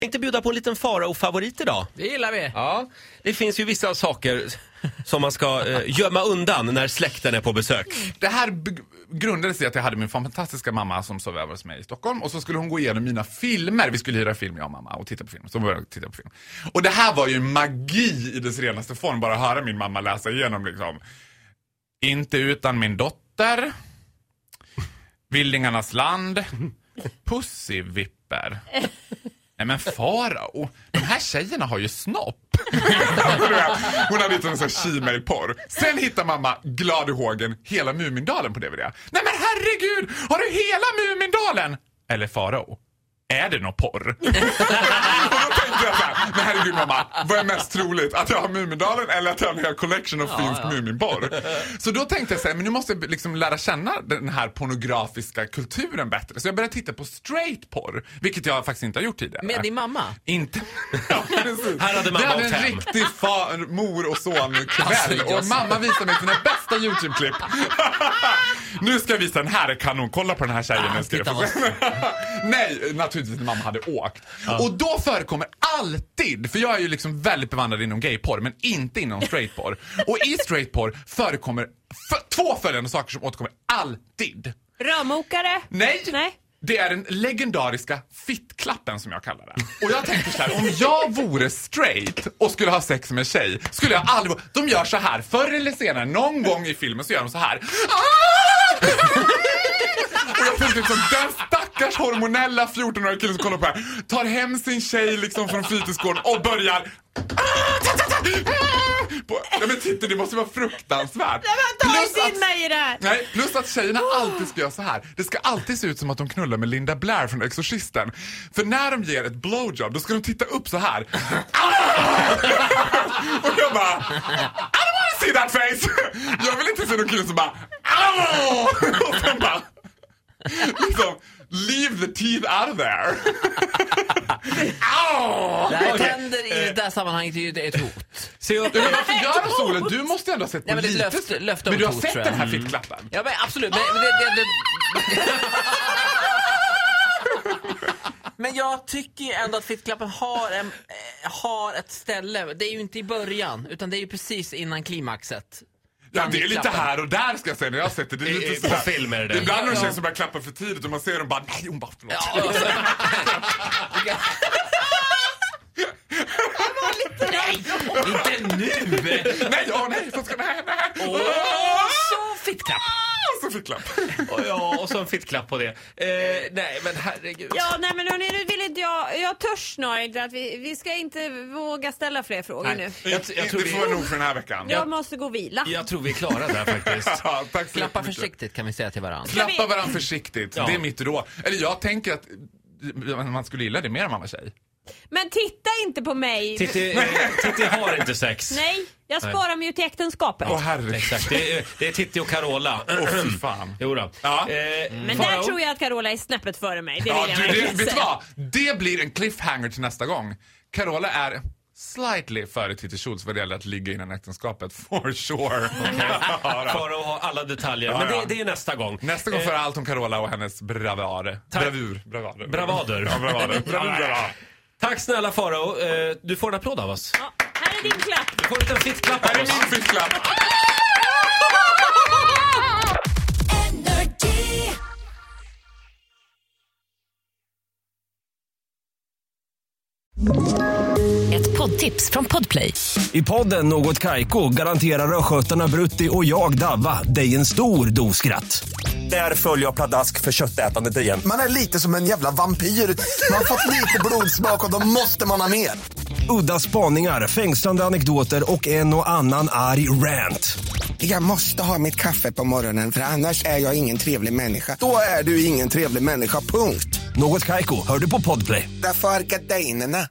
tänkte bjuda på en liten Farao-favorit idag. Det gillar vi. Ja, det finns ju vissa saker som man ska gömma undan när släkten är på besök. Det här grundades i att jag hade min fantastiska mamma som sov över hos mig i Stockholm. Och så skulle hon gå igenom mina filmer. Vi skulle hyra film, jag och mamma, och titta på film. Så började jag titta på film. Och det här var ju magi i dess renaste form. Bara höra min mamma läsa igenom liksom. Inte utan min dotter. Vildingarnas land. Pussy-vipper. Nej men Farao, de här tjejerna har ju snopp. Hon hade hittat en sån här Gmail-porr. Sen hittar mamma glad i hågen hela Mumindalen på DVD. Nej men herregud, har du hela Mumindalen? Eller Farao, är det någon porr? Och då tänkte jag så här, men herregud mamma, vad är mest troligt? Att jag har Mumindalen eller att jag har en hel collection av finsk Muminporr? Så då tänkte jag så här, men nu måste jag liksom lära känna den här pornografiska kulturen bättre. Så jag började titta på straight porr, vilket jag faktiskt inte har gjort tidigare. Med din mamma? Inte. Ja, precis. Här hade mamma det är en riktig mor och son kväll. Och mamma visade mig sina bästa YouTube-klipp. Nu ska jag visa den här, är kanon. Kolla på den här tjejen. Nej, naturligtvis när mamma hade åkt. Och då förekommer alltid, för jag är ju liksom väldigt bevandrad inom gayporr, men inte inom straightporr. Och i straightporr förekommer två följande saker som återkommer alltid. Rörmokare? Nej. Det är den legendariska fittklappen som jag kallar den. Och jag tänkte så här, om jag vore straight och skulle ha sex med en tjej, skulle jag aldrig... De gör så här, förr eller senare, någon gång i filmen så gör de så här. Och jag tänkte liksom, den stackars hormonella 14-åriga killen som kollar på här tar hem sin tjej liksom från fritidsgården och börjar... Ja men titta, det måste vara fruktansvärt. Plus att tjejerna alltid ska göra så här. Det ska alltid se ut som att de knullar med Linda Blair från Exorcisten. För när de ger ett blowjob, då ska de titta upp så här. Och jag bara, I don't want to see that face. Jag vill inte se någon kille som bara och sen bara liksom, leave the teeth out there. Det här tänder i det här sammanhanget är ju ett hot. Se upp. Ja, men varför gör du Solen? Du måste ändå ha sett på löfte men du har hot, sett den här fittklappen. Ja men absolut. Men jag tycker ändå att fittklappen har ett ställe. Det är ju inte i början, utan det är ju precis innan klimaxet. Ja, det är lite här och där ska jag säga när jag har sett det. Det är lite på filmer det. Ibland är det tjejer som börjar klappa för tidigt och man ser dem bara, nej, hon bara förlåt. Nej, inte nu. Nej, Så fittklapp. Så fittklapp. Och så en fittklapp på det. Nej, men herregud. Ja, nej men hörni, nu vill inte jag törs snarare att vi ska inte våga ställa fler frågor nu. Jag tror det får nog för den här veckan. Jag måste gå och vila. Jag tror vi är klara där faktiskt. Ja, tack så Klappa mycket. försiktigt kan vi säga till varandra. Klappa varandra försiktigt, Ja. det är mitt råd. Eller jag tänker att man skulle gilla det mer än mamma tjej. Men titta inte på mig. Titti har inte sex. Nej, jag sparar mig ju till äktenskapet. Åh herregud. Exakt, det är Titti och Carola. Åh fy fan. Jodå. Ja. Men där tror jag att Carola är snäppet före mig. Det vill jag verkligen vet du säga. vad? Det blir en cliffhanger till nästa gång. Carola är slightly före Titti Schultz vad det gäller att ligga innan äktenskapet. For sure. För att ha alla detaljer. Men det är nästa gång. Nästa gång för allt om Carola och hennes bravader. Bravader. Ja, bravader. Tack snälla Farao. Du får en applåd av oss. Ja, här är din klapp. Du får en liten fittklapp Här av är oss. min fittklapp. Ett poddtips från Podplay. I podden Något Kaiko garanterar röskötarna Brutti och jag Davva dig en stor dos skratt. Där följer jag pladask för köttätandet igen. Man är lite som en jävla vampyr. Man har fått lite blodsmak och då måste man ha mer. Udda spaningar, fängslande anekdoter och en och annan arg rant. Jag måste ha mitt kaffe på morgonen för annars är jag ingen trevlig människa. Då är du ingen trevlig människa, punkt. Något Kaiko, hör du på Podplay. Därför är gardinerna.